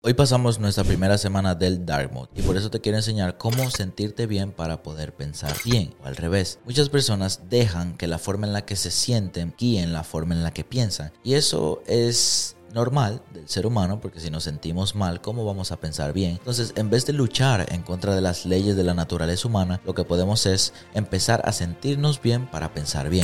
Hoy pasamos nuestra primera semana del Dark Mode y por eso te quiero enseñar cómo sentirte bien para poder pensar bien, o al revés. Muchas personas dejan que la forma en la que se sienten guíen la forma en la que piensan, y eso es normal del ser humano, porque si nos sentimos mal, ¿cómo vamos a pensar bien? Entonces, en vez de luchar en contra de las leyes de la naturaleza humana, lo que podemos es empezar a sentirnos bien para pensar bien.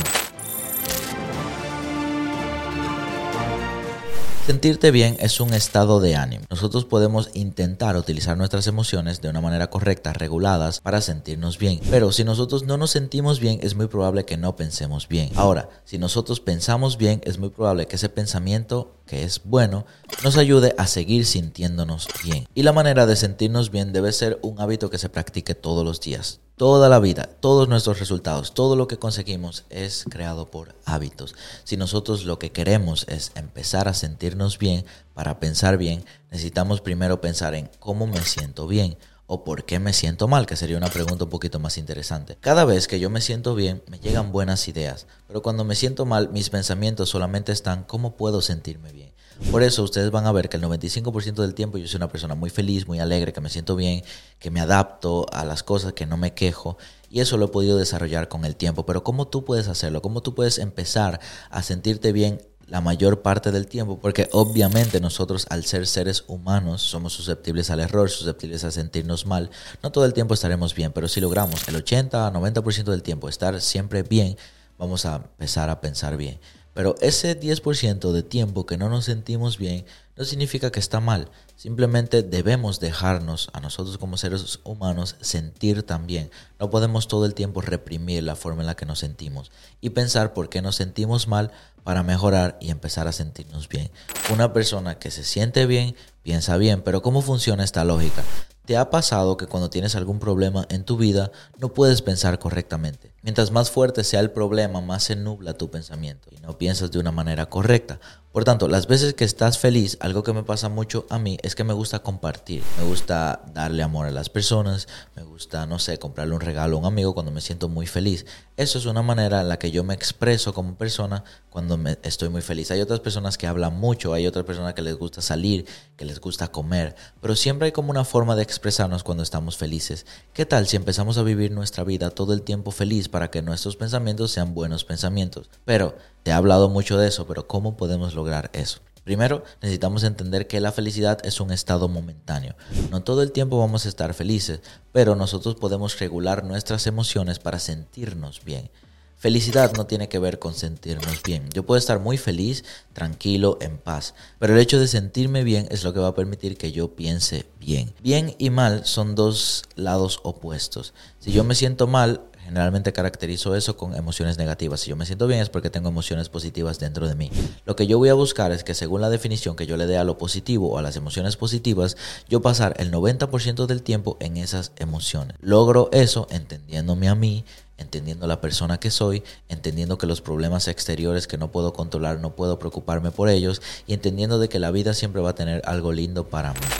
Sentirte bien es un estado de ánimo. Nosotros podemos intentar utilizar nuestras emociones de una manera correcta, reguladas, para sentirnos bien. Pero si nosotros no nos sentimos bien, es muy probable que no pensemos bien. Ahora, si nosotros pensamos bien, es muy probable que ese pensamiento, que es bueno, nos ayude a seguir sintiéndonos bien. Y la manera de sentirnos bien debe ser un hábito que se practique todos los días. Toda la vida, todos nuestros resultados, todo lo que conseguimos es creado por hábitos. Si nosotros lo que queremos es empezar a sentirnos bien, para pensar bien, necesitamos primero pensar en cómo me siento bien o por qué me siento mal, que sería una pregunta un poquito más interesante. Cada vez que yo me siento bien, me llegan buenas ideas, pero cuando me siento mal, mis pensamientos solamente están ¿cómo puedo sentirme bien? Por eso ustedes van a ver que el 95% del tiempo yo soy una persona muy feliz, muy alegre, que me siento bien, que me adapto a las cosas, que no me quejo, y eso lo he podido desarrollar con el tiempo. Pero ¿cómo tú puedes hacerlo? ¿Cómo tú puedes empezar a sentirte bien la mayor parte del tiempo? Porque obviamente nosotros, al ser seres humanos, somos susceptibles al error, susceptibles a sentirnos mal. No todo el tiempo estaremos bien, pero si logramos el 80-90% del tiempo estar siempre bien, vamos a empezar a pensar bien. Pero ese 10% de tiempo que no nos sentimos bien no significa que está mal. Simplemente debemos dejarnos a nosotros como seres humanos sentir también. No podemos todo el tiempo reprimir la forma en la que nos sentimos y pensar por qué nos sentimos mal para mejorar y empezar a sentirnos bien. Una persona que se siente bien, piensa bien. Pero ¿cómo funciona esta lógica? ¿Te ha pasado que cuando tienes algún problema en tu vida no puedes pensar correctamente? Mientras más fuerte sea el problema, más se nubla tu pensamiento y no piensas de una manera correcta. Por tanto, las veces que estás feliz, algo que me pasa mucho a mí es que me gusta compartir. Me gusta darle amor a las personas, me gusta, no sé, comprarle un regalo a un amigo cuando me siento muy feliz. Eso es una manera en la que yo me expreso como persona cuando estoy muy feliz. Hay otras personas que hablan mucho, hay otras personas que les gusta salir, que les gusta comer, pero siempre hay como una forma de expresarnos cuando estamos felices. ¿Qué tal si empezamos a vivir nuestra vida todo el tiempo feliz para que nuestros pensamientos sean buenos pensamientos? Pero te he hablado mucho de eso, pero ¿cómo podemos lograr eso? Primero, necesitamos entender que la felicidad es un estado momentáneo. No todo el tiempo vamos a estar felices, pero nosotros podemos regular nuestras emociones para sentirnos bien. Felicidad no tiene que ver con sentirnos bien. Yo puedo estar muy feliz, tranquilo, en paz, pero el hecho de sentirme bien es lo que va a permitir que yo piense bien. Bien y mal son dos lados opuestos. Si yo me siento mal, generalmente caracterizo eso con emociones negativas. Si yo me siento bien es porque tengo emociones positivas dentro de mí. Lo que yo voy a buscar es que, según la definición que yo le dé a lo positivo o a las emociones positivas, yo pasar el 90% del tiempo en esas emociones. Logro eso entendiéndome a mí, entendiendo la persona que soy, entendiendo que los problemas exteriores que no puedo controlar no puedo preocuparme por ellos, y entendiendo de que la vida siempre va a tener algo lindo para mí.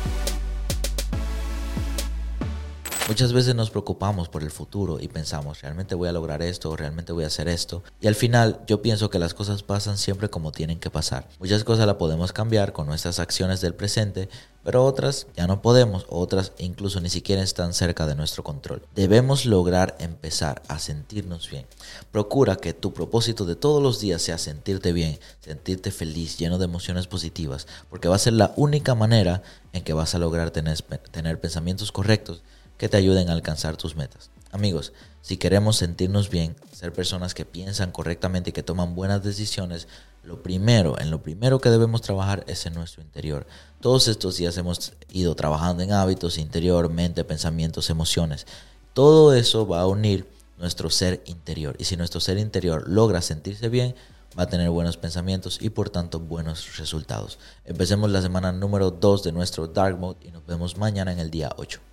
Muchas veces nos preocupamos por el futuro y pensamos, ¿realmente voy a lograr esto o realmente voy a hacer esto? Y al final yo pienso que las cosas pasan siempre como tienen que pasar. Muchas cosas las podemos cambiar con nuestras acciones del presente, pero otras ya no podemos, otras incluso ni siquiera están cerca de nuestro control. Debemos lograr empezar a sentirnos bien. Procura que tu propósito de todos los días sea sentirte bien, sentirte feliz, lleno de emociones positivas, porque va a ser la única manera en que vas a lograr tener pensamientos correctos que te ayuden a alcanzar tus metas. Amigos, si queremos sentirnos bien, ser personas que piensan correctamente y que toman buenas decisiones, en lo primero que debemos trabajar es en nuestro interior. Todos estos días hemos ido trabajando en hábitos interior, mente, pensamientos, emociones. Todo eso va a unir nuestro ser interior. Y si nuestro ser interior logra sentirse bien, va a tener buenos pensamientos y por tanto buenos resultados. Empecemos la semana número 2 de nuestro Dark Mode y nos vemos mañana en el día 8.